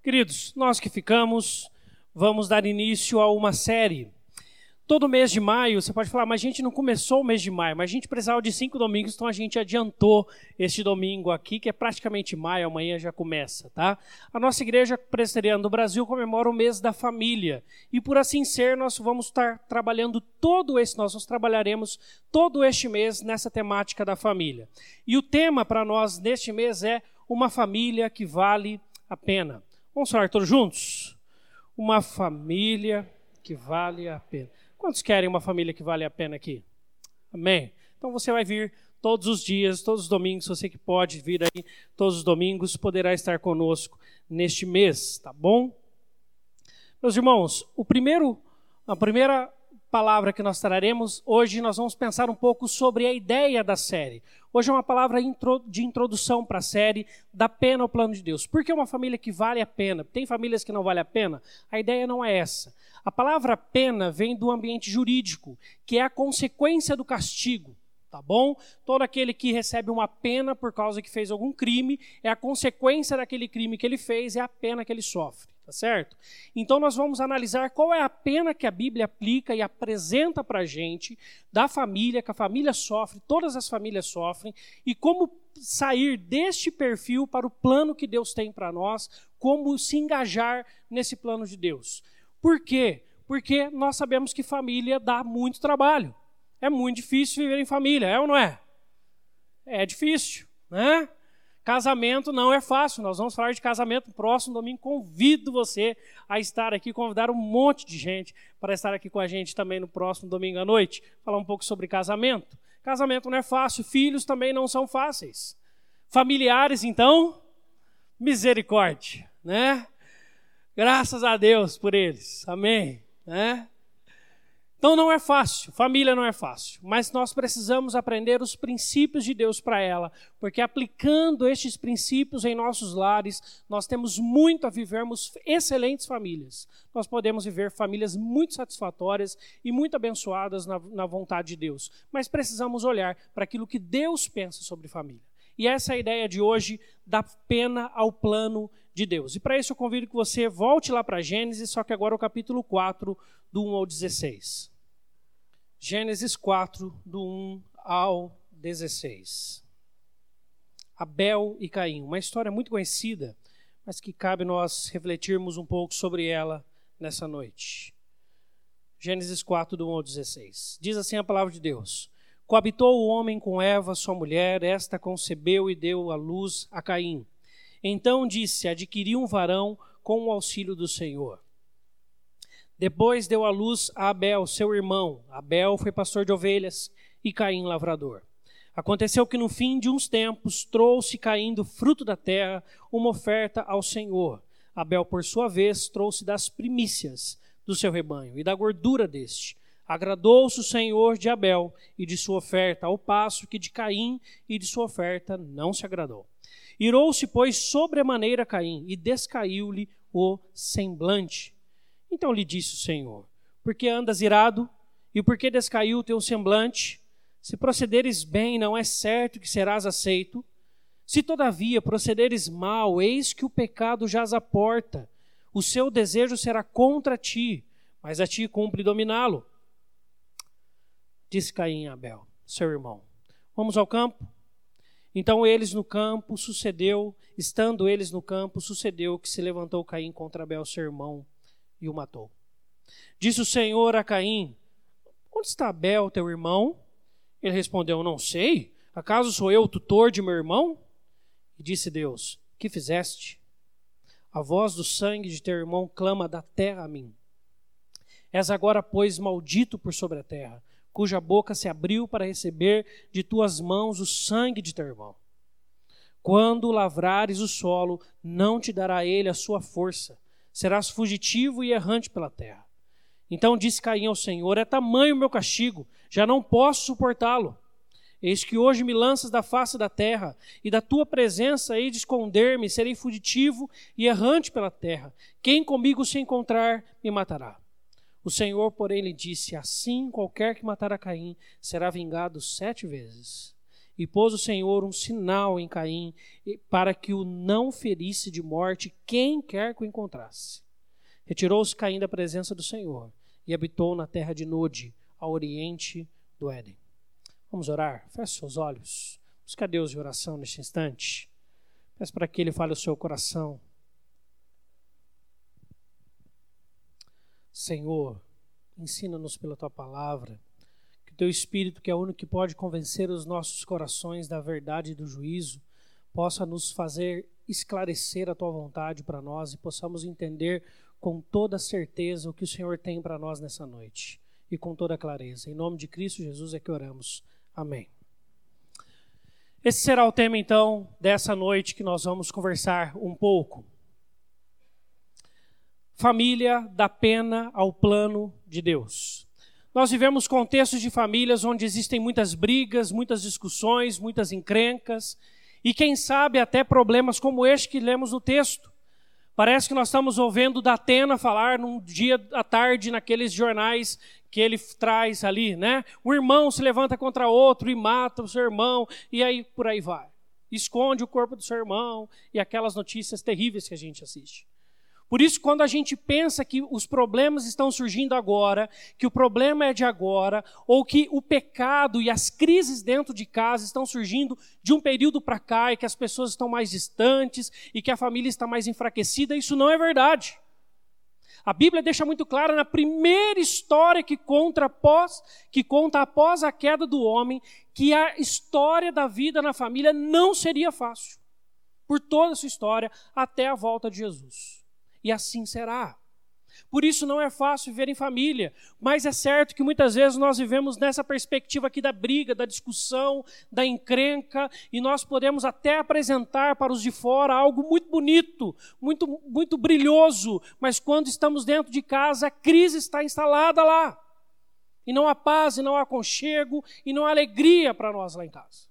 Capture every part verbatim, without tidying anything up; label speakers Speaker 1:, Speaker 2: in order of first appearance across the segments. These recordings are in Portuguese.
Speaker 1: Queridos, nós que ficamos, vamos dar início a uma série. Todo mês de maio, você pode falar, mas a gente não começou o mês de maio, mas a gente precisava de cinco domingos, então a gente adiantou este domingo aqui, que é praticamente maio, amanhã já começa, tá? A nossa Igreja Presbiteriana do Brasil comemora o mês da família, e por assim ser, nós vamos estar trabalhando todo esse, nós trabalharemos todo este mês nessa temática da família. E o tema para nós neste mês é uma família que vale a pena. Vamos falar todos juntos? Uma família que vale a pena. Quantos querem uma família que vale a pena aqui? Amém? Então você vai vir todos os dias, todos os domingos, você que pode vir aí todos os domingos, poderá estar conosco neste mês, tá bom? Meus irmãos, o primeiro, a primeira palavra que nós traremos, hoje nós vamos pensar um pouco sobre a ideia da série. Hoje é uma palavra de introdução para a série, da pena ao plano de Deus. Por que uma família que vale a pena? Tem famílias que não valem a pena? A ideia não é essa. A palavra pena vem do ambiente jurídico, que é a consequência do castigo, tá bom? Todo aquele que recebe uma pena por causa que fez algum crime, é a consequência daquele crime que ele fez, é a pena que ele sofre, tá certo? Então nós vamos analisar qual é a pena que a Bíblia aplica e apresenta para a gente, da família, que a família sofre, todas as famílias sofrem, e como sair deste perfil para o plano que Deus tem para nós, como se engajar nesse plano de Deus. Por quê? Porque nós sabemos que família dá muito trabalho. É muito difícil viver em família, é ou não é? É difícil, né? Casamento não é fácil. Nós vamos falar de casamento no próximo domingo. Convido você a estar aqui, convidar um monte de gente para estar aqui com a gente também no próximo domingo à noite. Falar um pouco sobre casamento. Casamento não é fácil, filhos também não são fáceis. Familiares, então, misericórdia, né? Graças a Deus por eles, amém, né? Então não é fácil, família não é fácil, mas nós precisamos aprender os princípios de Deus para ela, porque aplicando estes princípios em nossos lares, nós temos muito a vivermos excelentes famílias. Nós podemos viver famílias muito satisfatórias e muito abençoadas na, na vontade de Deus, mas precisamos olhar para aquilo que Deus pensa sobre família. E essa é a ideia de hoje, da pena ao plano de Deus. E para isso eu convido que você volte lá para Gênesis, só que agora o capítulo quatro, do um ao dezesseis. Gênesis quatro, do um ao dezesseis. Abel e Caim, uma história muito conhecida, mas que cabe nós refletirmos um pouco sobre ela nessa noite. Gênesis quatro, do um ao dezesseis. Diz assim a palavra de Deus: Coabitou o homem com Eva, sua mulher, esta concebeu e deu à luz a Caim. Então disse, adquiri um varão com o auxílio do Senhor. Depois deu à luz a Abel, seu irmão. Abel foi pastor de ovelhas e Caim lavrador. Aconteceu que no fim de uns tempos trouxe Caim do fruto da terra uma oferta ao Senhor. Abel, por sua vez, trouxe das primícias do seu rebanho e da gordura deste. Agradou-se o Senhor de Abel e de sua oferta, ao passo que de Caim e de sua oferta não se agradou. Irou-se, pois, sobremaneira Caim, e descaiu-lhe o semblante. Então lhe disse o Senhor: por que andas irado? E por que descaiu o teu semblante? Se procederes bem, não é certo que serás aceito. Se todavia procederes mal, eis que o pecado jaz à porta. O seu desejo será contra ti, mas a ti cumpre dominá-lo. Disse Caim a Abel, seu irmão: vamos ao campo? Então eles no campo, sucedeu, estando eles no campo, sucedeu que se levantou Caim contra Abel, seu irmão, e o matou. Disse o Senhor a Caim: onde está Abel, teu irmão? Ele respondeu: não sei, acaso sou eu o tutor de meu irmão? E disse Deus: que fizeste? A voz do sangue de teu irmão clama da terra a mim. És agora, pois, maldito por sobre a terra, cuja boca se abriu para receber de tuas mãos o sangue de teu irmão. Quando lavrares o solo, não te dará ele a sua força. Serás fugitivo e errante pela terra. Então disse Caim ao Senhor: é tamanho o meu castigo, já não posso suportá-lo. Eis que hoje me lanças da face da terra, e da tua presença hei de esconder-me, serei fugitivo e errante pela terra. Quem comigo se encontrar, me matará. O Senhor, porém, lhe disse: assim qualquer que matar a Caim será vingado sete vezes. E pôs o Senhor um sinal em Caim, para que o não ferisse de morte quem quer que o encontrasse. Retirou-se Caim da presença do Senhor e habitou na terra de Nod, ao oriente do Éden. Vamos orar? Feche seus olhos. Busca Deus de oração neste instante. Peço para que Ele fale o seu coração. Senhor, ensina-nos pela Tua palavra, que o Teu Espírito, que é o único que pode convencer os nossos corações da verdade e do juízo, possa nos fazer esclarecer a Tua vontade para nós e possamos entender com toda certeza o que o Senhor tem para nós nessa noite e com toda clareza. Em nome de Cristo Jesus é que oramos. Amém. Esse será o tema, então, dessa noite que nós vamos conversar um pouco. Família dá pena ao plano de Deus. Nós vivemos contextos de famílias onde existem muitas brigas, muitas discussões, muitas encrencas e, quem sabe, até problemas como este que lemos no texto. Parece que nós estamos ouvindo Datena falar num dia à tarde naqueles jornais que ele traz ali, né? O irmão se levanta contra outro e mata o seu irmão e aí por aí vai. Esconde o corpo do seu irmão e aquelas notícias terríveis que a gente assiste. Por isso, quando a gente pensa que os problemas estão surgindo agora, que o problema é de agora, ou que o pecado e as crises dentro de casa estão surgindo de um período para cá e que as pessoas estão mais distantes e que a família está mais enfraquecida, isso não é verdade. A Bíblia deixa muito claro na primeira história que conta após, que conta após a queda do homem, que a história da vida na família não seria fácil, por toda a sua história, até a volta de Jesus. E assim será. Por isso não é fácil viver em família, mas é certo que muitas vezes nós vivemos nessa perspectiva aqui da briga, da discussão, da encrenca, e nós podemos até apresentar para os de fora algo muito bonito, muito, muito brilhoso, mas quando estamos dentro de casa, a crise está instalada lá. E não há paz, e não há aconchego, e não há alegria para nós lá em casa.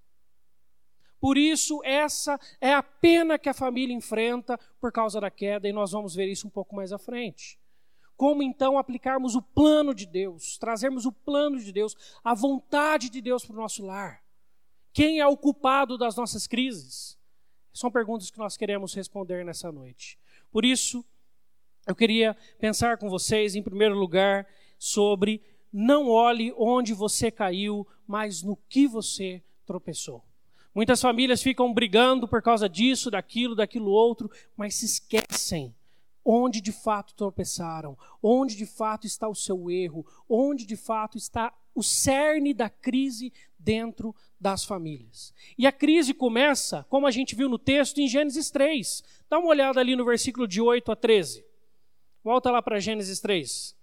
Speaker 1: Por isso, essa é a pena que a família enfrenta por causa da queda, e nós vamos ver isso um pouco mais à frente. Como então aplicarmos o plano de Deus, trazermos o plano de Deus, a vontade de Deus para o nosso lar? Quem é o culpado das nossas crises? São perguntas que nós queremos responder nessa noite. Por isso, eu queria pensar com vocês, em primeiro lugar, sobre não olhe onde você caiu, mas no que você tropeçou. Muitas famílias ficam brigando por causa disso, daquilo, daquilo outro, mas se esquecem onde de fato tropeçaram, onde de fato está o seu erro, onde de fato está o cerne da crise dentro das famílias. E a crise começa, como a gente viu no texto, em Gênesis três. Dá uma olhada ali no versículo de oito a treze. Volta lá para Gênesis três.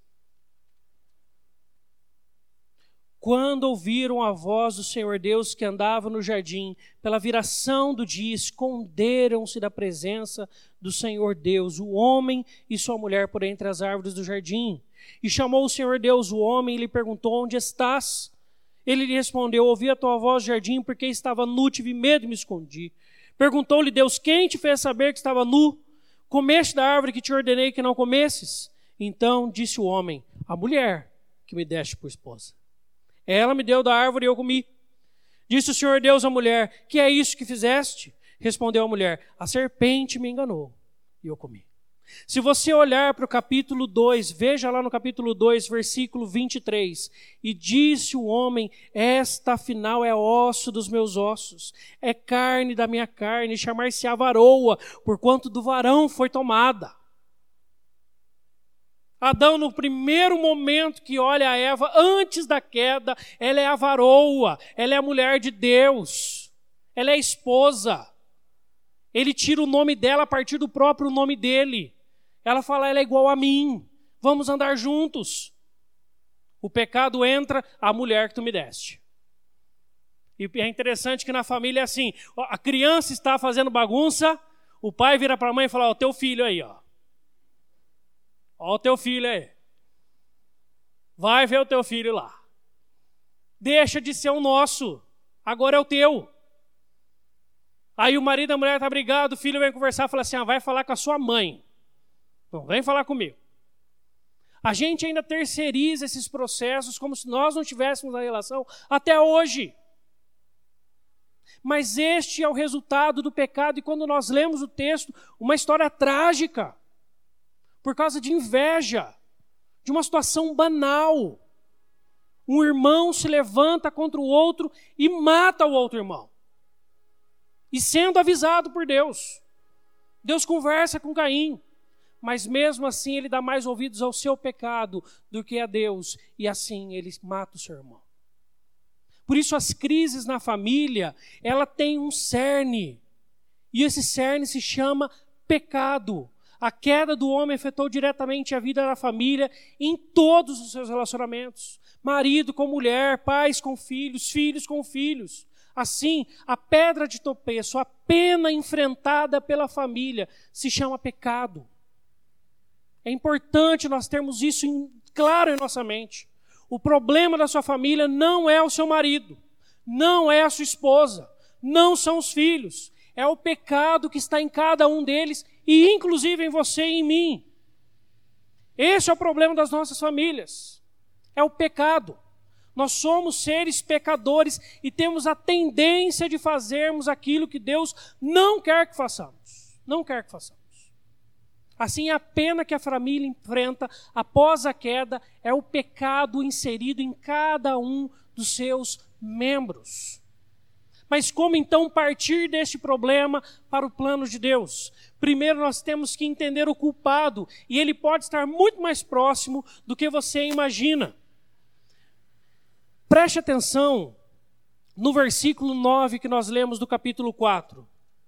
Speaker 1: Quando ouviram a voz do Senhor Deus que andava no jardim, pela viração do dia, esconderam-se da presença do Senhor Deus, o homem e sua mulher por entre as árvores do jardim. E chamou o Senhor Deus o homem e lhe perguntou: onde estás? Ele lhe respondeu: ouvi a tua voz no jardim, porque estava nu, tive medo e me escondi. Perguntou-lhe Deus: quem te fez saber que estava nu? Comeste da árvore que te ordenei que não comesses? Então disse o homem: a mulher que me deste por esposa. Ela me deu da árvore e eu comi. Disse o Senhor Deus à mulher: que é isso que fizeste? Respondeu a mulher: a serpente me enganou e eu comi. Se você olhar para o capítulo dois, veja lá no capítulo dois, versículo vinte e três. E disse o homem: esta afinal é osso dos meus ossos, é carne da minha carne, chamar-se-á varoa, porquanto do varão foi tomada. Adão, no primeiro momento que olha a Eva, antes da queda, ela é a varoa, ela é a mulher de Deus, ela é a esposa. Ele tira o nome dela a partir do próprio nome dele. Ela fala: ela é igual a mim, vamos andar juntos. O pecado entra, a mulher que tu me deste. E é interessante que na família é assim, a criança está fazendo bagunça, o pai vira para a mãe e fala: ó, teu filho aí, ó. Ó o teu filho aí. Vai ver o teu filho lá. Deixa de ser o nosso. Agora é o teu. Aí o marido e a mulher estão brigados, o filho vem conversar e fala assim: ah, vai falar com a sua mãe. Não vem falar comigo. A gente ainda terceiriza esses processos como se nós não tivéssemos a relação até hoje. Mas este é o resultado do pecado, e quando nós lemos o texto, uma história trágica, por causa de inveja, de uma situação banal. Um irmão se levanta contra o outro e mata o outro irmão. E sendo avisado por Deus, Deus conversa com Caim, mas mesmo assim ele dá mais ouvidos ao seu pecado do que a Deus, e assim ele mata o seu irmão. Por isso as crises na família, ela tem um cerne, e esse cerne se chama pecado. A queda do homem afetou diretamente a vida da família em todos os seus relacionamentos. Marido com mulher, pais com filhos, filhos com filhos. Assim, a pedra de tropeço, a pena enfrentada pela família, se chama pecado. É importante nós termos isso em, claro em nossa mente. O problema da sua família não é o seu marido, não é a sua esposa, não são os filhos. É o pecado que está em cada um deles e inclusive em você e em mim. Esse é o problema das nossas famílias. É o pecado. Nós somos seres pecadores e temos a tendência de fazermos aquilo que Deus não quer que façamos. Não quer que façamos. Assim, a pena que a família enfrenta após a queda é o pecado inserido em cada um dos seus membros. Mas como então partir deste problema para o plano de Deus? Primeiro nós temos que entender o culpado, e ele pode estar muito mais próximo do que você imagina. Preste atenção no versículo nove que nós lemos do capítulo quatro.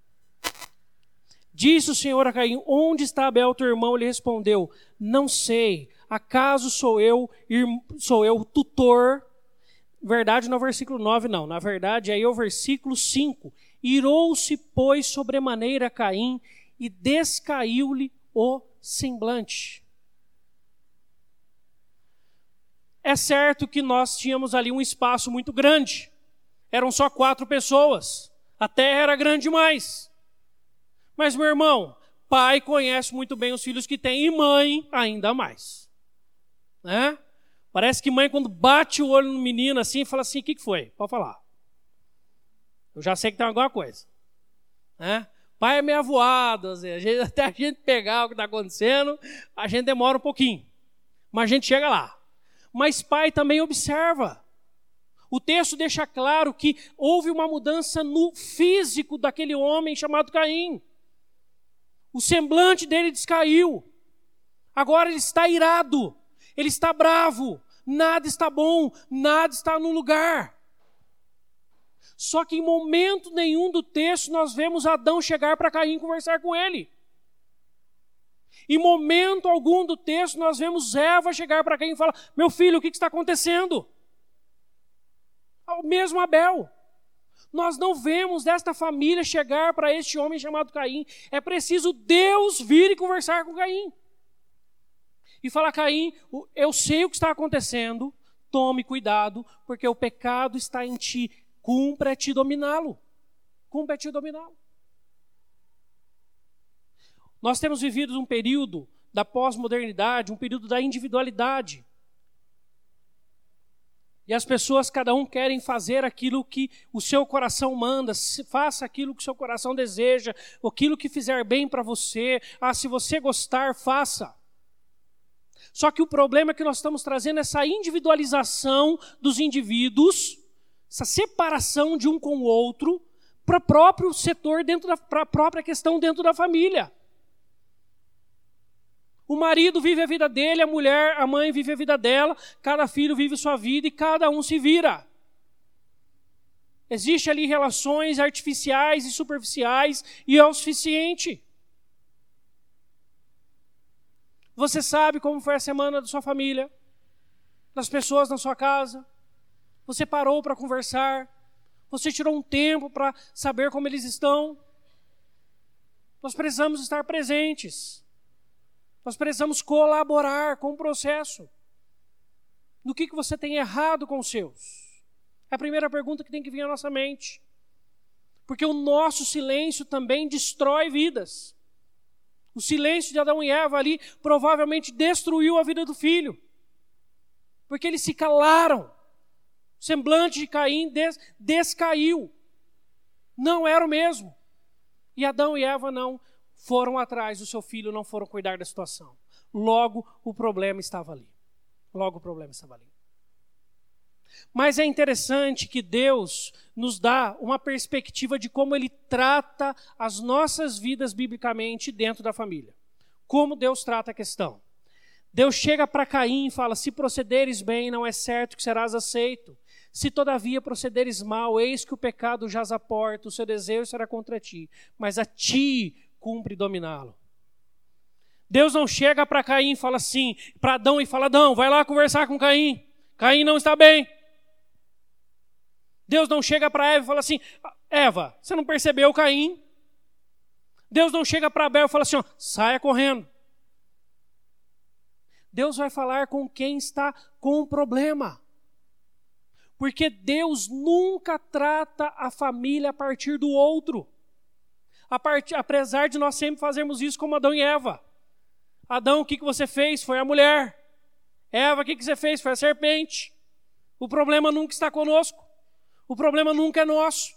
Speaker 1: Disse o Senhor a Caim: onde está Abel, teu irmão? Ele respondeu: não sei, acaso sou eu, sou eu tutor? Verdade, no versículo nove não, na verdade aí é o versículo cinco. Irou-se, pois, sobremaneira Caim, e descaiu-lhe o semblante. É certo que nós tínhamos ali um espaço muito grande. Eram só quatro pessoas. A terra era grande demais. Mas, meu irmão, pai conhece muito bem os filhos que tem, e mãe ainda mais. Né? Parece que mãe, quando bate o olho no menino assim, fala assim: o que foi? Pode falar. Eu já sei que tem alguma coisa. Né? Pai é meio avoado, às vezes, até a gente pegar o que está acontecendo, a gente demora um pouquinho. Mas a gente chega lá. Mas pai também observa. O texto deixa claro que houve uma mudança no físico daquele homem chamado Caim. O semblante dele descaiu. Agora ele está irado. Ele está bravo. Nada está bom. Nada está no lugar. Só que em momento nenhum do texto nós vemos Adão chegar para Caim conversar com ele. Em momento algum do texto nós vemos Eva chegar para Caim e falar: meu filho, o que está acontecendo? O mesmo Abel. Nós não vemos desta família chegar para este homem chamado Caim. É preciso Deus vir e conversar com Caim. E falar: Caim, eu sei o que está acontecendo, tome cuidado, porque o pecado está em ti. Cumpre a ti dominá-lo. Cumpre a ti dominá-lo. Nós temos vivido um período da pós-modernidade, um período da individualidade. E as pessoas, cada um, querem fazer aquilo que o seu coração manda, faça aquilo que o seu coração deseja, aquilo que fizer bem para você. Ah, se você gostar, faça. Só que o problema é que nós estamos trazendo essa individualização dos indivíduos, essa separação de um com o outro, para o próprio setor, para a própria questão dentro da família. O marido vive a vida dele, a mulher, a mãe vive a vida dela, cada filho vive sua vida e cada um se vira. Existem ali relações artificiais e superficiais e é o suficiente. Você sabe como foi a semana da sua família, das pessoas na sua casa. Você parou para conversar, você tirou um tempo para saber como eles estão. Nós precisamos estar presentes. Nós precisamos colaborar com o processo. No que, que você tem errado com os seus? É a primeira pergunta que tem que vir à nossa mente. Porque o nosso silêncio também destrói vidas. O silêncio de Adão e Eva ali provavelmente destruiu a vida do filho. Porque eles se calaram. O semblante de Caim des- descaiu. Não era o mesmo. E Adão e Eva não foram atrás do seu filho, não foram cuidar da situação. Logo, o problema estava ali. Logo, o problema estava ali. Mas é interessante que Deus nos dá uma perspectiva de como Ele trata as nossas vidas biblicamente dentro da família. Como Deus trata a questão. Deus chega para Caim e fala: se procederes bem, não é certo que serás aceito. Se todavia procederes mal, eis que o pecado jaz à porta, o seu desejo será contra ti, mas a ti cumpre dominá-lo. Deus não chega para Caim e fala assim, para Adão e fala: Adão, vai lá conversar com Caim. Caim não está bem. Deus não chega para Eva e fala assim: Eva, você não percebeu Caim? Deus não chega para Abel e fala assim: ó, saia correndo. Deus vai falar com quem está com o problema. Porque Deus nunca trata a família a partir do outro. A part... Apesar de nós sempre fazermos isso como Adão e Eva. Adão, o que que você fez? Foi a mulher. Eva, o que que você fez? Foi a serpente. O problema nunca está conosco. O problema nunca é nosso.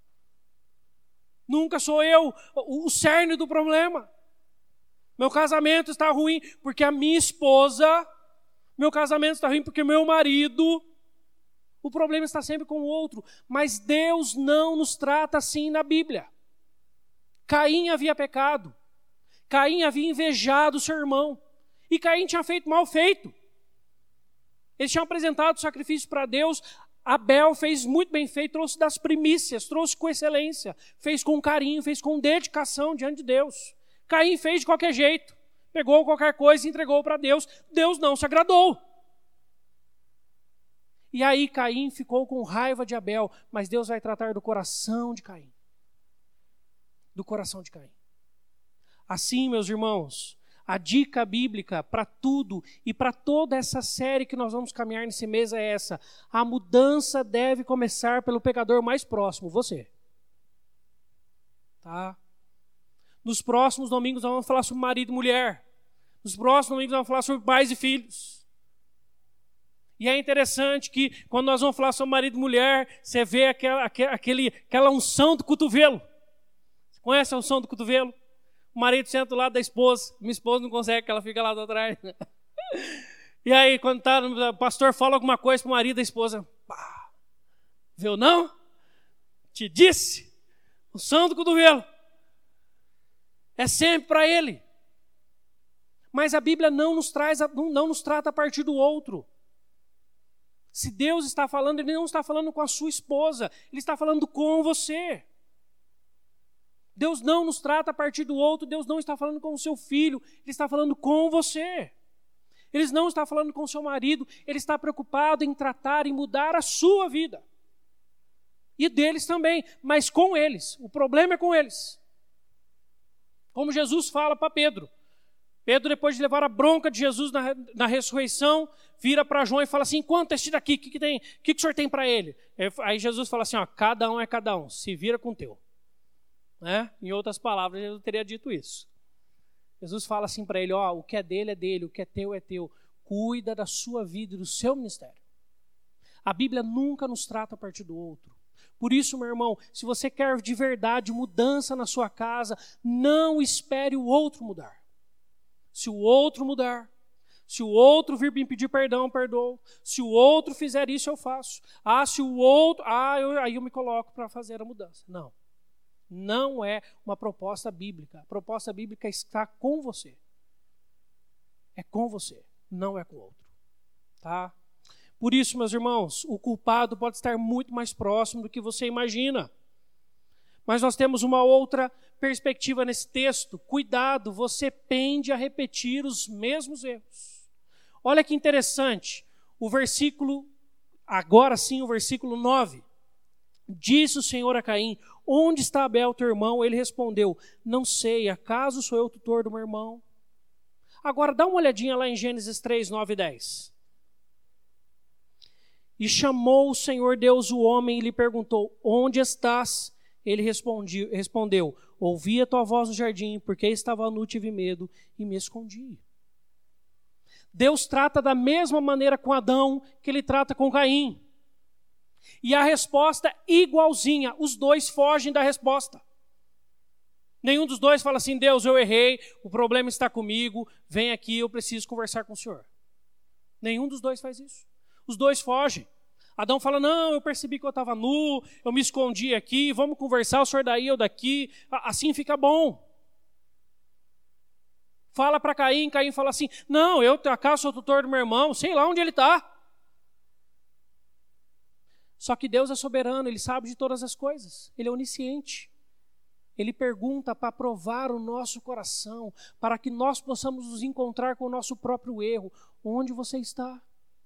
Speaker 1: Nunca sou eu o cerne do problema. Meu casamento está ruim porque a minha esposa, meu casamento está ruim porque meu marido. O problema está sempre com o outro. Mas Deus não nos trata assim na Bíblia. Caim havia pecado. Caim havia invejado seu irmão. E Caim tinha feito mal feito. Eles tinham apresentado sacrifício para Deus. Abel fez muito bem feito, trouxe das primícias, trouxe com excelência, fez com carinho, fez com dedicação diante de Deus. Caim fez de qualquer jeito, pegou qualquer coisa e entregou para Deus. Deus não se agradou. E aí Caim ficou com raiva de Abel, mas Deus vai tratar do coração de Caim. Do coração de Caim. Assim, meus irmãos, a dica bíblica para tudo e para toda essa série que nós vamos caminhar nesse mês é essa. A mudança deve começar pelo pecador mais próximo, você. Tá? Nos próximos domingos nós vamos falar sobre marido e mulher. Nos próximos domingos nós vamos falar sobre pais e filhos. E é interessante que quando nós vamos falar sobre marido e mulher, você vê aquela, aquele, aquela unção do cotovelo. Você conhece a unção do cotovelo? O marido senta do lado da esposa. Minha esposa não consegue, que ela fica lá atrás. E aí, quando tá, o pastor fala alguma coisa para o marido da esposa. Pá, viu não? Te disse. Unção do cotovelo. É sempre para ele. Mas a Bíblia não nos traz, não, não nos trata a partir do outro. Se Deus está falando, Ele não está falando com a sua esposa, Ele está falando com você. Deus não nos trata a partir do outro, Deus não está falando com o seu filho, Ele está falando com você. Ele não está falando com o seu marido, Ele está preocupado em tratar, em mudar a sua vida. E deles também, mas com eles. O problema é com eles. Como Jesus fala para Pedro. Pedro, depois de levar a bronca de Jesus na, na ressurreição, vira para João e fala assim: quanto este daqui, o que, que, tem, que, que o senhor tem para ele? Aí Jesus fala assim: ó, cada um é cada um, se vira com o teu. Né? Em outras palavras, Jesus teria dito isso. Jesus fala assim para ele: ó, o que é dele é dele, o que é teu é teu. Cuida da sua vida e do seu ministério. A Bíblia nunca nos trata a partir do outro. Por isso, meu irmão, se você quer de verdade mudança na sua casa, não espere o outro mudar. Se o outro mudar, se o outro vir me pedir perdão, eu perdoo. Se o outro fizer isso, eu faço. Ah, se o outro... Ah, eu, aí eu me coloco para fazer a mudança. Não. Não é uma proposta bíblica. A proposta bíblica está com você. É com você, não é com o outro. Tá? Por isso, meus irmãos, o culpado pode estar muito mais próximo do que você imagina. Mas nós temos uma outra perspectiva nesse texto. Cuidado, você pende a repetir os mesmos erros. Olha que interessante. O versículo, agora sim, o versículo nove. Disse o Senhor a Caim: onde está Abel, teu irmão? Ele respondeu: não sei, acaso sou eu tutor do meu irmão? Agora dá uma olhadinha lá em Gênesis três, nove e dez. E chamou o Senhor Deus o homem e lhe perguntou: onde estás? Ele respondi, respondeu: ouvi a tua voz no jardim, porque estava nu, tive medo e me escondi. Deus trata da mesma maneira com Adão que ele trata com Caim. E a resposta é igualzinha. Os dois fogem da resposta. Nenhum dos dois fala assim, Deus, eu errei, o problema está comigo, vem aqui, eu preciso conversar com o Senhor. Nenhum dos dois faz isso. Os dois fogem. Adão fala, não, eu percebi que eu estava nu, eu me escondi aqui, vamos conversar, o Senhor daí, eu daqui, assim fica bom. Fala para Caim, Caim fala assim, não, eu acaso sou tutor do meu irmão, sei lá onde ele está. Só que Deus é soberano, Ele sabe de todas as coisas, Ele é onisciente. Ele pergunta para provar o nosso coração, para que nós possamos nos encontrar com o nosso próprio erro. Onde você está?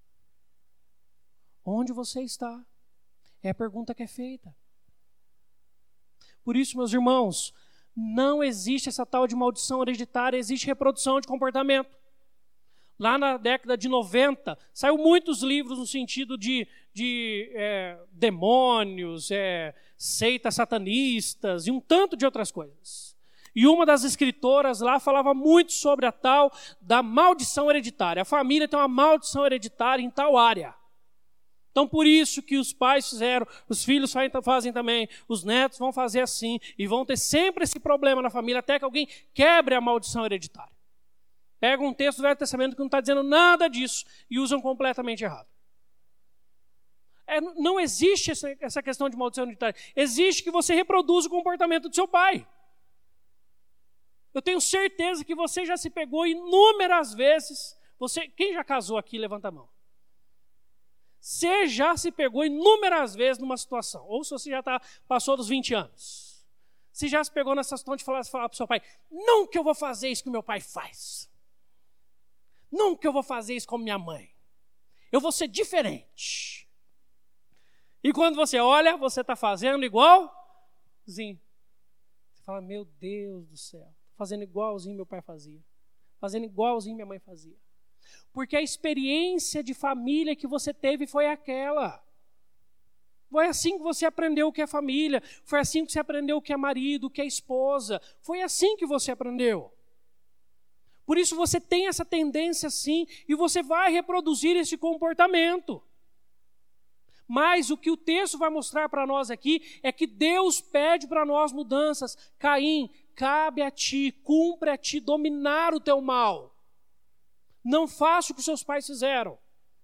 Speaker 1: Onde você está? É a pergunta que é feita. Por isso, meus irmãos, não existe essa tal de maldição hereditária, existe reprodução de comportamento. Lá na década de noventa, saiu muitos livros no sentido de, de é, demônios, é, seitas satanistas e um tanto de outras coisas. E uma das escritoras lá falava muito sobre a tal da maldição hereditária. A família tem uma maldição hereditária em tal área. Então, por isso que os pais fizeram, os filhos fazem também, os netos vão fazer assim, e vão ter sempre esse problema na família, até que alguém quebre a maldição hereditária. Pegam um texto do Velho Testamento que não está dizendo nada disso e usam completamente errado. É, não existe essa, essa questão de maldição hereditária. Existe que você reproduza o comportamento do seu pai. Eu tenho certeza que você já se pegou inúmeras vezes. Você, quem já casou aqui, levanta a mão. Você já se pegou inúmeras vezes numa situação. Ou se você já tá, passou dos vinte anos. Você já se pegou nessa situação de falar, falar para o seu pai, não que eu vou fazer isso que o meu pai faz. Não que eu vou fazer isso como minha mãe. Eu vou ser diferente. E quando você olha, você está fazendo igualzinho. Você fala, meu Deus do céu. Fazendo igualzinho meu pai fazia. Fazendo igualzinho minha mãe fazia. Porque a experiência de família que você teve foi aquela. Foi assim que você aprendeu o que é família. Foi assim que você aprendeu o que é marido, o que é esposa. Foi assim que você aprendeu. Por isso você tem essa tendência sim, e você vai reproduzir esse comportamento. Mas o que o texto vai mostrar para nós aqui é que Deus pede para nós mudanças. Caim, cabe a ti, cumpre a ti dominar o teu mal. Não faça o que seus pais fizeram.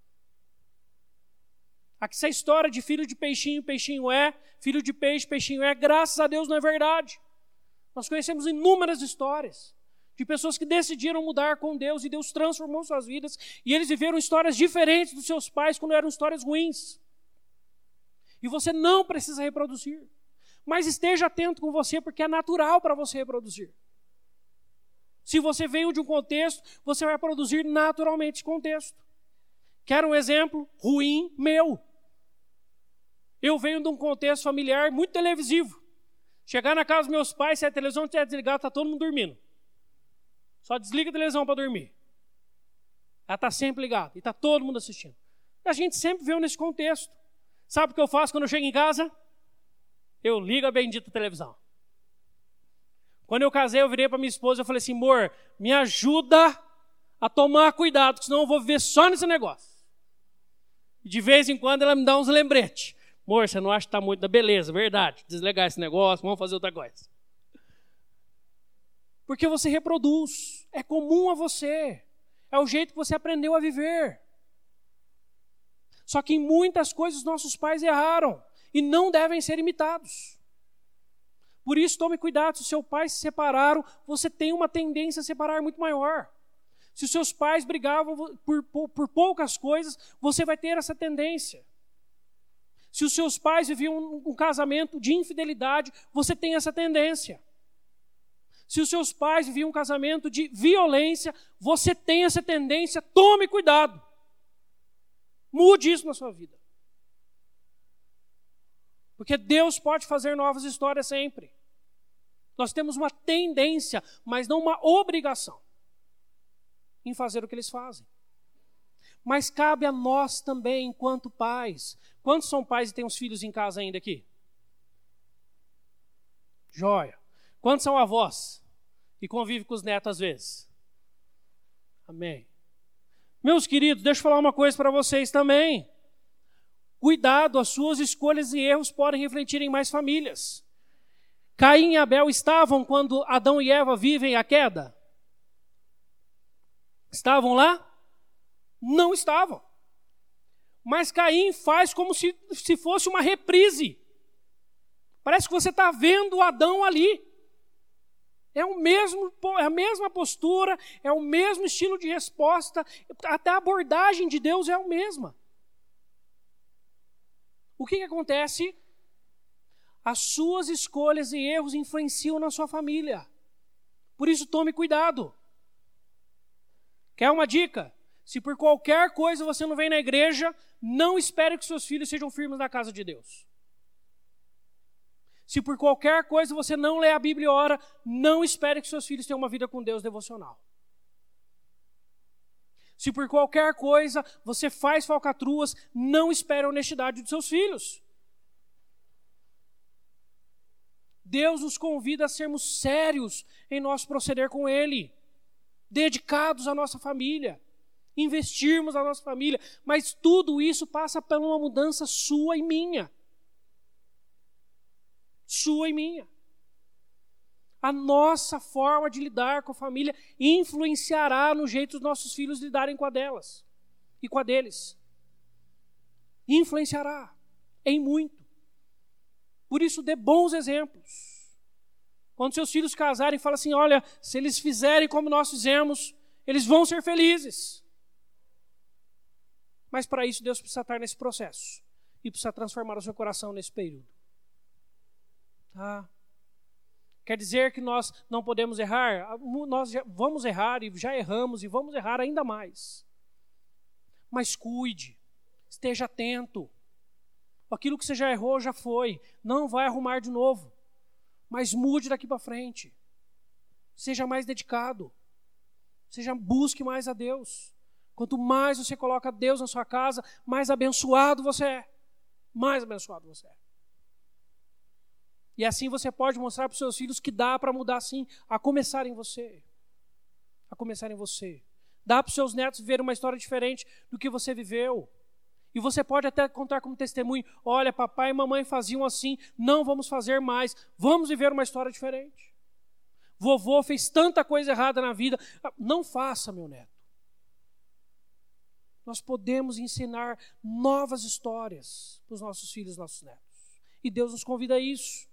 Speaker 1: Essa história de filho de peixinho, peixinho é, filho de peixe, peixinho é, graças a Deus não é verdade. Nós conhecemos inúmeras histórias de pessoas que decidiram mudar com Deus e Deus transformou suas vidas e eles viveram histórias diferentes dos seus pais quando eram histórias ruins. E você não precisa reproduzir. Mas esteja atento com você porque é natural para você reproduzir. Se você veio de um contexto, você vai produzir naturalmente esse contexto. Quero um exemplo ruim meu. Eu venho de um contexto familiar muito televisivo. Chegar na casa dos meus pais, se a televisão estiver desligada, está todo mundo dormindo. Só desliga a televisão para dormir. Ela está sempre ligada e está todo mundo assistindo. E a gente sempre veio nesse contexto. Sabe o que eu faço quando eu chego em casa? Eu ligo a bendita televisão. Quando eu casei, eu virei para minha esposa e falei assim, amor, me ajuda a tomar cuidado, senão eu vou viver só nesse negócio. E de vez em quando ela me dá uns lembretes. Amor, você não acha que está muito... Beleza, verdade, desligar esse negócio, vamos fazer outra coisa. Porque você reproduz, é comum a você, é o jeito que você aprendeu a viver. Só que em muitas coisas nossos pais erraram e não devem ser imitados. Por isso, tome cuidado, se seus pais se separaram, você tem uma tendência a separar muito maior. Se os seus pais brigavam por, por, por poucas coisas, você vai ter essa tendência. Se os seus pais viviam um, um casamento de infidelidade, você tem essa tendência. Se os seus pais viviam um casamento de violência, você tem essa tendência, tome cuidado. Mude isso na sua vida. Porque Deus pode fazer novas histórias sempre. Nós temos uma tendência, mas não uma obrigação, em fazer o que eles fazem. Mas cabe a nós também, enquanto pais. Quantos são pais e têm os filhos em casa ainda aqui? Joia. Quantos são avós e convivem com os netos às vezes? Amém. Meus queridos, deixa eu falar uma coisa para vocês também. Cuidado, as suas escolhas e erros podem refletir em mais famílias. Caim e Abel estavam quando Adão e Eva vivem a queda? Estavam lá? Não estavam. Mas Caim faz como se, se fosse uma reprise. Parece que você está vendo Adão ali. É, o mesmo, é a mesma postura, é o mesmo estilo de resposta, até a abordagem de Deus é a mesma. O que, que acontece? As suas escolhas e erros influenciam na sua família. Por isso, tome cuidado. Quer uma dica? Se por qualquer coisa você não vem na igreja, não espere que seus filhos sejam firmes na casa de Deus. Se por qualquer coisa você não lê a Bíblia e ora, não espere que seus filhos tenham uma vida com Deus devocional. Se por qualquer coisa você faz falcatruas, não espere a honestidade dos seus filhos. Deus nos convida a sermos sérios em nosso proceder com Ele, dedicados à nossa família, investirmos na nossa família, mas tudo isso passa por uma mudança sua e minha. Sua e minha. A nossa forma de lidar com a família influenciará no jeito dos nossos filhos lidarem com a delas e com a deles. Influenciará em muito. Por isso, dê bons exemplos. Quando seus filhos casarem, fala assim, olha, se eles fizerem como nós fizemos, eles vão ser felizes. Mas para isso, Deus precisa estar nesse processo e precisa transformar o seu coração nesse período. Ah, quer dizer que nós não podemos errar? Nós já vamos errar e já erramos e vamos errar ainda mais. Mas cuide, esteja atento. Aquilo que você já errou, já foi. Não vai arrumar de novo. Mas mude daqui para frente. Seja mais dedicado. Seja, busque mais a Deus. Quanto mais você coloca Deus na sua casa, mais abençoado você é. Mais abençoado você é. E assim você pode mostrar para os seus filhos que dá para mudar sim, a começar em você. A começar em você. Dá para os seus netos viverem uma história diferente do que você viveu. E você pode até contar como testemunho, olha, papai e mamãe faziam assim, não vamos fazer mais, vamos viver uma história diferente. Vovô fez tanta coisa errada na vida, não faça, meu neto. Nós podemos ensinar novas histórias para os nossos filhos e nossos netos. E Deus nos convida a isso.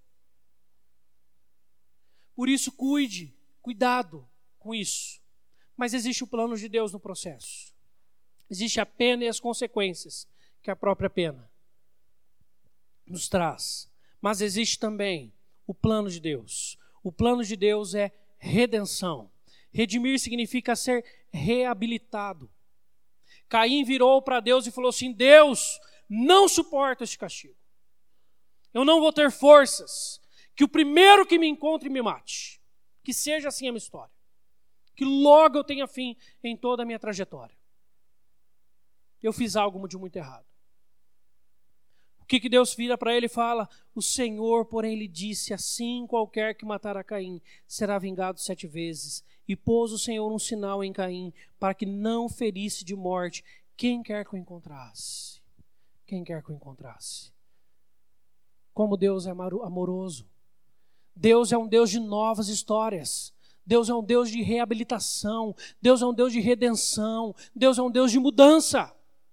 Speaker 1: Por isso, cuide, cuidado com isso. Mas existe o plano de Deus no processo. Existe a pena e as consequências que a própria pena nos traz. Mas existe também o plano de Deus. O plano de Deus é redenção. Redimir significa ser reabilitado. Caim virou para Deus e falou assim, Deus, não suporto este castigo. Eu não vou ter forças. Que o primeiro que me encontre me mate. Que seja assim a minha história. Que logo eu tenha fim em toda a minha trajetória. Eu fiz algo de muito errado. O que, que Deus vira para ele e fala? O Senhor, porém, lhe disse, assim qualquer que matar a Caim será vingado sete vezes. E pôs o Senhor um sinal em Caim, para que não ferisse de morte quem quer que o encontrasse. Quem quer que o encontrasse. Como Deus é amoroso. Deus é um Deus de novas histórias. Deus é um Deus de reabilitação. Deus é um Deus de redenção. Deus é um Deus de mudança.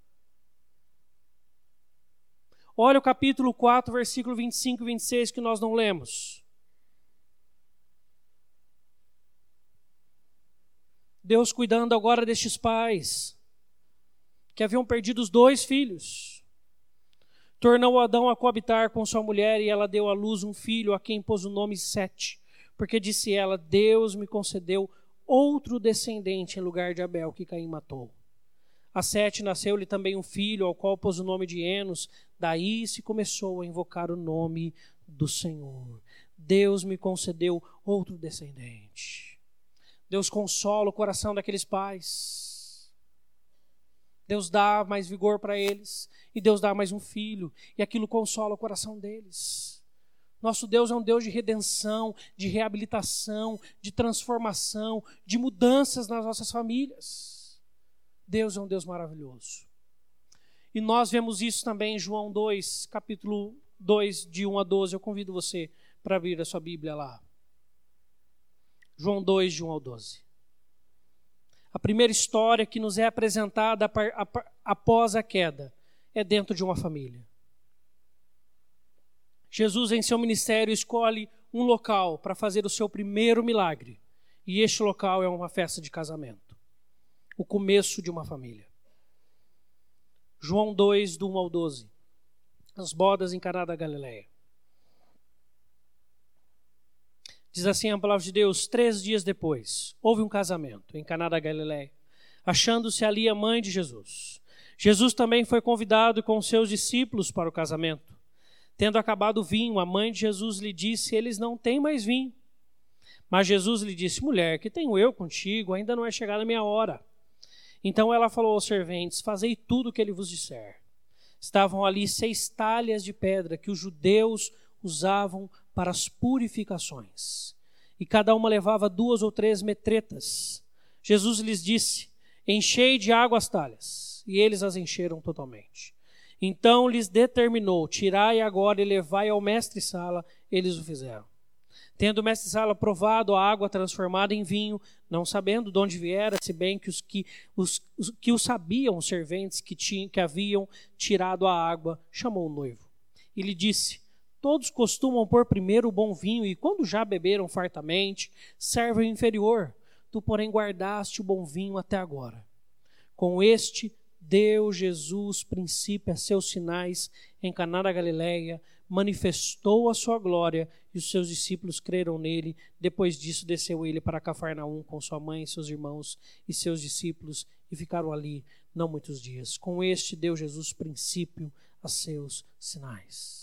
Speaker 1: Olha o capítulo quatro, versículo vinte e cinco e vinte e seis que nós não lemos. Deus cuidando agora destes pais que haviam perdido os dois filhos. Tornou Adão a coabitar com sua mulher e ela deu à luz um filho a quem pôs o nome Sete, porque disse ela, Deus me concedeu outro descendente em lugar de Abel que Caim matou. A Sete nasceu-lhe também um filho ao qual pôs o nome de Enos, daí se começou a invocar o nome do Senhor. Deus me concedeu outro descendente. Deus consola o coração daqueles pais. Deus dá mais vigor para eles. E Deus dá mais um filho. E aquilo consola o coração deles. Nosso Deus é um Deus de redenção, de reabilitação, de transformação, de mudanças nas nossas famílias. Deus é um Deus maravilhoso. E nós vemos isso também em João dois, capítulo dois, de um a doze. Eu convido você para abrir a sua Bíblia lá. João dois, de um ao doze. A primeira história que nos é apresentada após a queda é dentro de uma família. Jesus, em seu ministério, escolhe um local para fazer o seu primeiro milagre. E este local é uma festa de casamento. O começo de uma família. João dois, do um ao doze. As bodas em Caná da Galileia. Diz assim a palavra de Deus: três dias depois, houve um casamento em Caná da Galileia, achando-se ali a mãe de Jesus. Jesus também foi convidado com seus discípulos para o casamento. Tendo acabado o vinho, a mãe de Jesus lhe disse: eles não têm mais vinho. Mas Jesus lhe disse: mulher, que tenho eu contigo? Ainda não é chegada a minha hora. Então ela falou aos serventes: fazei tudo o que ele vos disser. Estavam ali seis talhas de pedra que os judeus usavam para as purificações. E cada uma levava duas ou três metretas. Jesus lhes disse: enchei de água as talhas. E eles as encheram totalmente. Então lhes determinou: tirai agora e levai ao mestre-sala. Eles o fizeram. Tendo o mestre-sala provado a água transformada em vinho, não sabendo de onde viera, se bem que os que, os, os, que o sabiam, os serventes que, tinham, que haviam tirado a água, chamou o noivo. E lhe disse: todos costumam pôr primeiro o bom vinho, e quando já beberam fartamente, servem o inferior. Tu, porém, guardaste o bom vinho até agora. Com este deu Jesus princípio a seus sinais em Caná da Galileia, manifestou a sua glória, e os seus discípulos creram nele. Depois disso desceu ele para Cafarnaum com sua mãe, seus irmãos e seus discípulos, e ficaram ali não muitos dias. Com este deu Jesus princípio a seus sinais.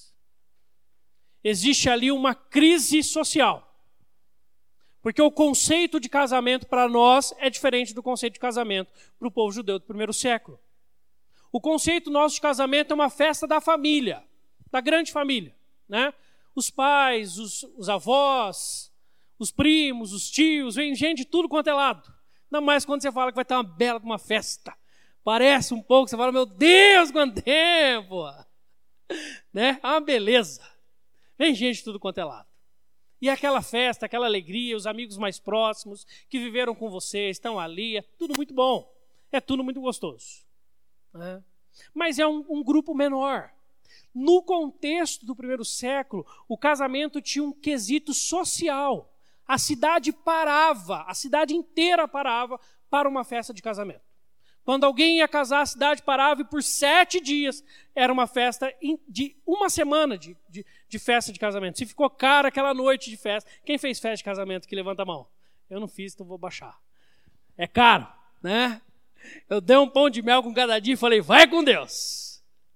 Speaker 1: Existe ali uma crise social. Porque o conceito de casamento para nós é diferente do conceito de casamento para o povo judeu do primeiro século. O conceito nosso de casamento é uma festa da família, da grande família, né? Os pais, os, os avós, os primos, os tios, vem gente de tudo quanto é lado. Ainda mais quando você fala que vai ter uma bela uma festa. Parece um pouco, você fala: meu Deus, quanto tempo! Né? É uma beleza. Vem gente de tudo quanto é lado. E aquela festa, aquela alegria, os amigos mais próximos que viveram com você, estão ali, é tudo muito bom, é tudo muito gostoso. Né? Mas é um, um grupo menor. No contexto do primeiro século, o casamento tinha um quesito social. A cidade parava, a cidade inteira parava para uma festa de casamento. Quando alguém ia casar, a cidade parava e por sete dias era uma festa de uma semana de, de, de festa de casamento. Se ficou cara aquela noite de festa. Quem fez festa de casamento que levanta a mão? Eu não fiz, então vou baixar. É caro, né? Eu dei um pão de mel com cada dia e falei: vai com Deus.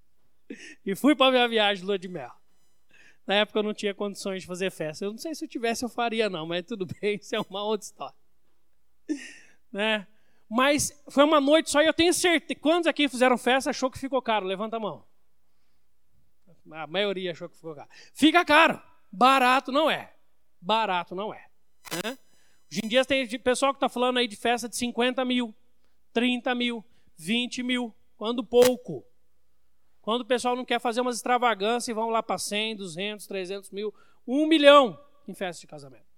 Speaker 1: E fui para a minha viagem de lua de mel. Na época eu não tinha condições de fazer festa. Eu não sei se eu tivesse eu faria não, mas tudo bem, isso é uma outra história. Né? Mas foi uma noite só e eu tenho certeza. Quantos aqui fizeram festa achou que ficou caro? Levanta a mão. A maioria achou que ficou caro. Fica caro. Barato não é. Barato não é. Né? Hoje em dia tem pessoal que está falando aí de festa de cinquenta mil, trinta mil, vinte mil. Quando pouco. Quando o pessoal não quer fazer umas extravagâncias e vão lá para cem, duzentos, trezentos mil, um milhão em festa de casamento.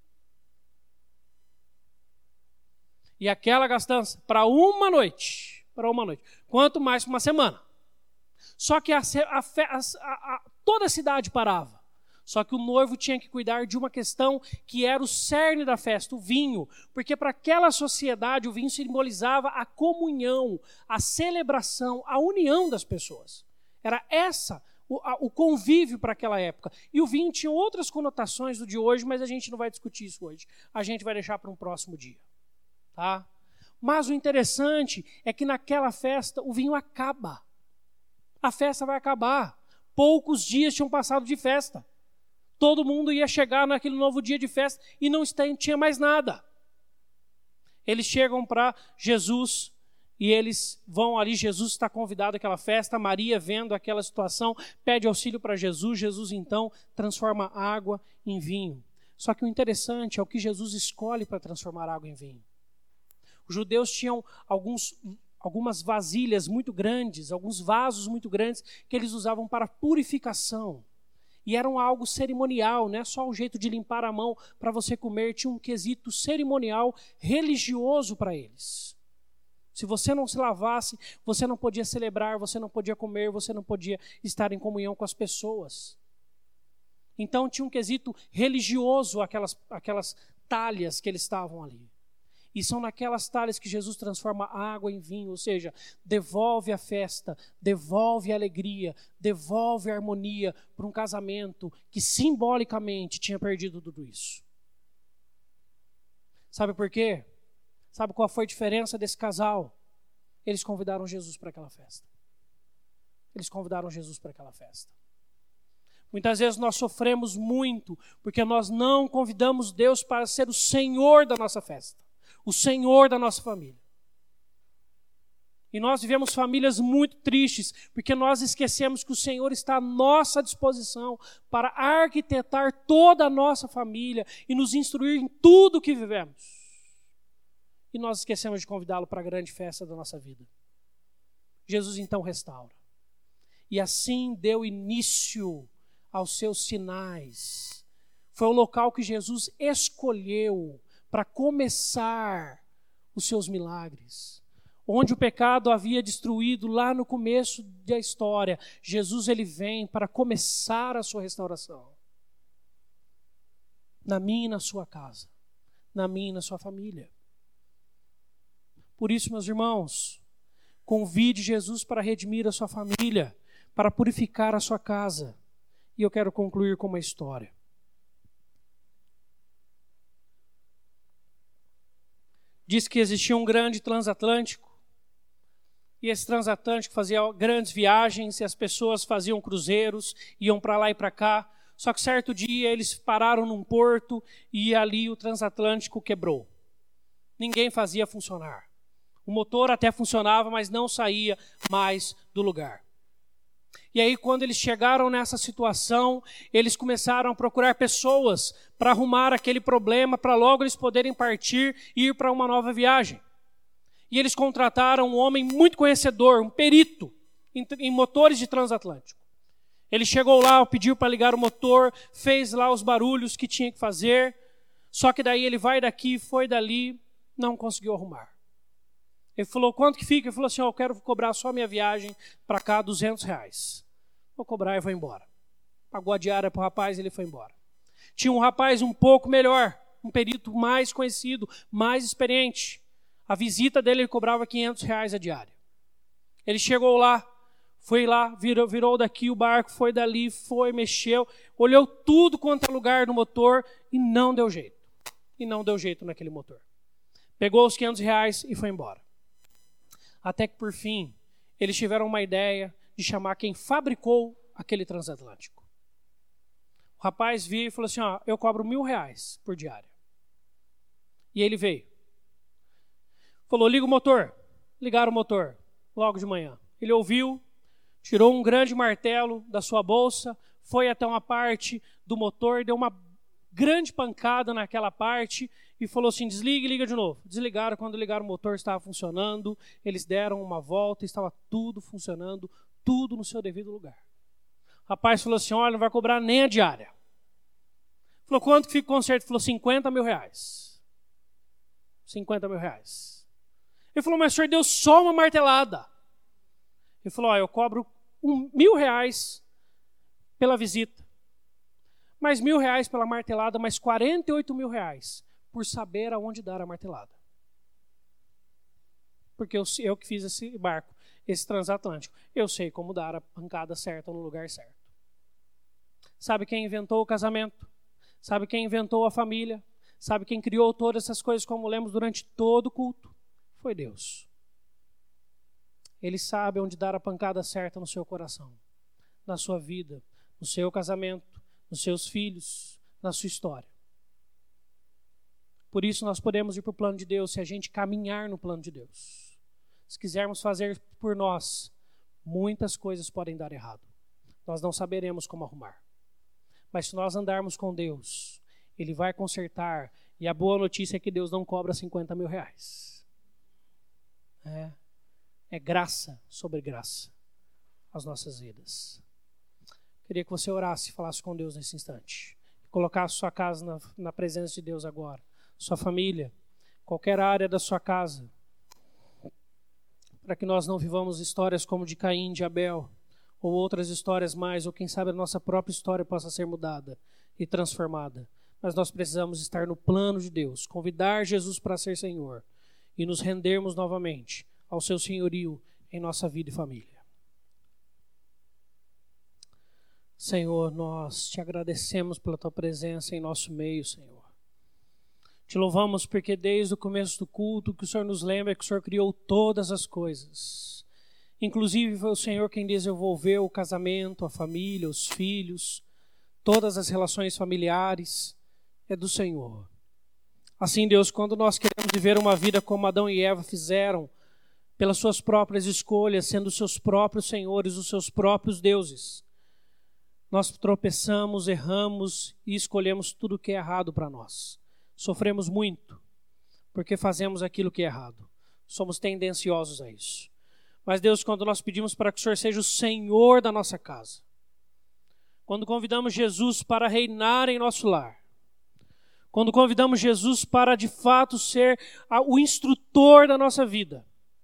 Speaker 1: E aquela gastança para uma noite, para uma noite, quanto mais para uma semana. Só que a, a, a, a, toda a cidade parava. Só que o noivo tinha que cuidar de uma questão que era o cerne da festa, o vinho. Porque para aquela sociedade o vinho simbolizava a comunhão, a celebração, a união das pessoas. Era essa o, a, o convívio para aquela época. E o vinho tinha outras conotações do de hoje, mas a gente não vai discutir isso hoje. A gente vai deixar para um próximo dia. Tá? Mas o interessante é que naquela festa o vinho acaba. A festa vai acabar. Poucos dias tinham passado de festa. Todo mundo ia chegar naquele novo dia de festa e não tinha mais nada. Eles chegam para Jesus e eles vão ali. Jesus está convidado àquela festa. Maria, vendo aquela situação, pede auxílio para Jesus. Jesus então transforma água em vinho. Só que o interessante é o que Jesus escolhe para transformar água em vinho. Os judeus tinham alguns algumas vasilhas muito grandes, alguns vasos muito grandes que eles usavam para purificação. E eram algo cerimonial, não é só o jeito de limpar a mão para você comer, tinha um quesito cerimonial religioso para eles. Se você não se lavasse, você não podia celebrar, você não podia comer, você não podia estar em comunhão com as pessoas. Então tinha um quesito religioso aquelas, aquelas talhas que eles estavam ali. E são naquelas talhas que Jesus transforma a água em vinho, ou seja, devolve a festa, devolve a alegria, devolve a harmonia para um casamento que simbolicamente tinha perdido tudo isso. Sabe por quê? Sabe qual foi a diferença desse casal? Eles convidaram Jesus para aquela festa. Eles convidaram Jesus para aquela festa. Muitas vezes nós sofremos muito porque nós não convidamos Deus para ser o Senhor da nossa festa, o Senhor da nossa família. E nós vivemos famílias muito tristes porque nós esquecemos que o Senhor está à nossa disposição para arquitetar toda a nossa família e nos instruir em tudo o que vivemos. E nós esquecemos de convidá-lo para a grande festa da nossa vida. Jesus então restaura. E assim deu início aos seus sinais. Foi o local que Jesus escolheu para começar os seus milagres. Onde o pecado havia destruído lá no começo da história, Jesus ele vem para começar a sua restauração. Na minha e na sua casa, na minha e na sua família. Por isso, meus irmãos, convide Jesus para redimir a sua família, para purificar a sua casa. E eu quero concluir com uma história. Diz que existia um grande transatlântico, e esse transatlântico fazia grandes viagens, e as pessoas faziam cruzeiros, iam para lá e para cá. Só que certo dia eles pararam num porto e ali o transatlântico quebrou. Ninguém fazia funcionar. O motor até funcionava, mas não saía mais do lugar. E aí, quando eles chegaram nessa situação, eles começaram a procurar pessoas para arrumar aquele problema, para logo eles poderem partir e ir para uma nova viagem. E eles contrataram um homem muito conhecedor, um perito em, em motores de transatlântico. Ele chegou lá, pediu para ligar o motor, fez lá os barulhos que tinha que fazer, só que daí ele vai daqui, foi dali, não conseguiu arrumar. Ele falou, quanto que fica? Ele falou assim, oh, eu quero cobrar só minha viagem para cá, duzentos reais. Vou cobrar e vou embora. Pagou a diária para o rapaz e ele foi embora. Tinha um rapaz um pouco melhor, um perito mais conhecido, mais experiente. A visita dele ele cobrava quinhentos reais a diária. Ele chegou lá, foi lá, virou, virou daqui o barco, foi dali, foi, mexeu, olhou tudo quanto é lugar no motor e não deu jeito. E não deu jeito naquele motor. Pegou os quinhentos reais e foi embora. Até que, por fim, eles tiveram uma ideia de chamar quem fabricou aquele transatlântico. O rapaz veio e falou assim, ó, eu cobro mil reais por diária. E ele veio. Falou, liga o motor. Ligaram o motor, logo de manhã. Ele ouviu, tirou um grande martelo da sua bolsa, foi até uma parte do motor, deu uma grande pancada naquela parte e falou assim, desliga e liga de novo. Desligaram, quando ligaram o motor estava funcionando, eles deram uma volta, estava tudo funcionando, tudo no seu devido lugar. O rapaz falou assim, olha, não vai cobrar nem a diária. Falou, quanto que fica o conserto? Falou, cinquenta mil reais. cinquenta mil reais. Ele falou, mas o senhor deu só uma martelada. Ele falou, ó, eu cobro um, mil reais pela visita, mais mil reais pela martelada, mais quarenta e oito mil reais por saber aonde dar a martelada. Porque eu, eu que fiz esse barco, esse transatlântico, eu sei como dar a pancada certa no lugar certo. Sabe quem inventou o casamento? Sabe quem inventou a família? Sabe quem criou todas essas coisas, como lemos durante todo o culto? Foi Deus. Ele sabe onde dar a pancada certa no seu coração, na sua vida, no seu casamento, nos seus filhos, na sua história. Por isso nós podemos ir para o plano de Deus se a gente caminhar no plano de Deus. Se quisermos fazer por nós, muitas coisas podem dar errado. Nós não saberemos como arrumar. Mas se nós andarmos com Deus, Ele vai consertar. E a boa notícia é que Deus não cobra cinquenta mil reais. É. é graça sobre graça às nossas vidas. Queria que você orasse e falasse com Deus nesse instante. Colocasse sua casa na, na presença de Deus agora. Sua família, qualquer área da sua casa. Para que nós não vivamos histórias como de Caim, de Abel, ou outras histórias mais, ou quem sabe a nossa própria história possa ser mudada e transformada. Mas nós precisamos estar no plano de Deus, convidar Jesus para ser Senhor e nos rendermos novamente ao seu senhorio em nossa vida e família. Senhor, nós te agradecemos pela tua presença em nosso meio, Senhor. Te louvamos porque desde o começo do culto o que o Senhor nos lembra é que o Senhor criou todas as coisas. Inclusive foi o Senhor quem desenvolveu o casamento, a família, os filhos, todas as relações familiares, é do Senhor. Assim, Deus, quando nós queremos viver uma vida como Adão e Eva fizeram, pelas suas próprias escolhas, sendo os seus próprios senhores, os seus próprios deuses, nós tropeçamos, erramos e escolhemos tudo o que é errado para nós. Sofremos muito, porque fazemos aquilo que é errado. Somos tendenciosos a isso. Mas Deus, quando nós pedimos para que o Senhor seja o Senhor da nossa casa, quando convidamos Jesus para reinar em nosso lar, quando convidamos Jesus para de fato ser o instrutor da nossa vida,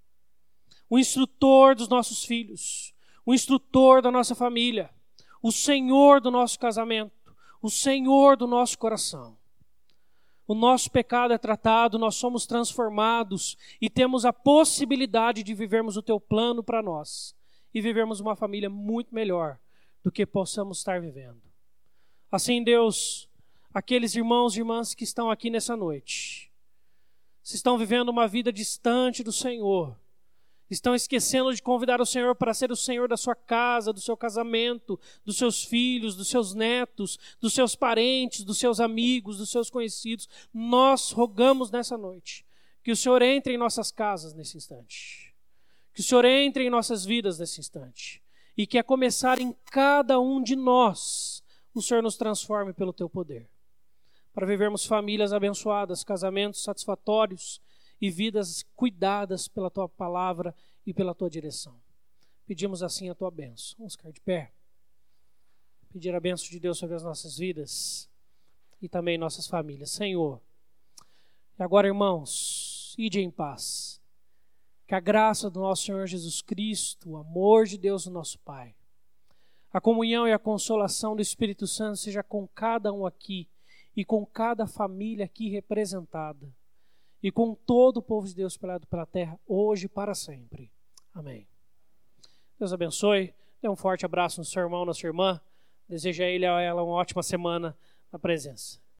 Speaker 1: o instrutor dos nossos filhos, o instrutor da nossa família, o Senhor do nosso casamento, o Senhor do nosso coração. O nosso pecado é tratado, nós somos transformados e temos a possibilidade de vivermos o teu plano para nós e vivermos uma família muito melhor do que possamos estar vivendo. Assim, Deus, aqueles irmãos e irmãs que estão aqui nessa noite, se estão vivendo uma vida distante do Senhor, estão esquecendo de convidar o Senhor para ser o Senhor da sua casa, do seu casamento, dos seus filhos, dos seus netos, dos seus parentes, dos seus amigos, dos seus conhecidos. Nós rogamos nessa noite que o Senhor entre em nossas casas nesse instante. Que o Senhor entre em nossas vidas nesse instante. E que a começar em cada um de nós, o Senhor nos transforme pelo teu poder. Para vivermos famílias abençoadas, casamentos satisfatórios, e vidas cuidadas pela tua palavra e pela tua direção. Pedimos assim a tua bênção. Vamos ficar de pé. Pedir a bênção de Deus sobre as nossas vidas e também nossas famílias. Senhor, e agora, irmãos, ide em paz. Que a graça do nosso Senhor Jesus Cristo, o amor de Deus, o nosso Pai, a comunhão e a consolação do Espírito Santo seja com cada um aqui e com cada família aqui representada. E com todo o povo de Deus espalhado pela terra, hoje e para sempre. Amém. Deus abençoe. Dê um forte abraço no seu irmão, na sua irmã. Deseja a ele e a ela uma ótima semana na presença.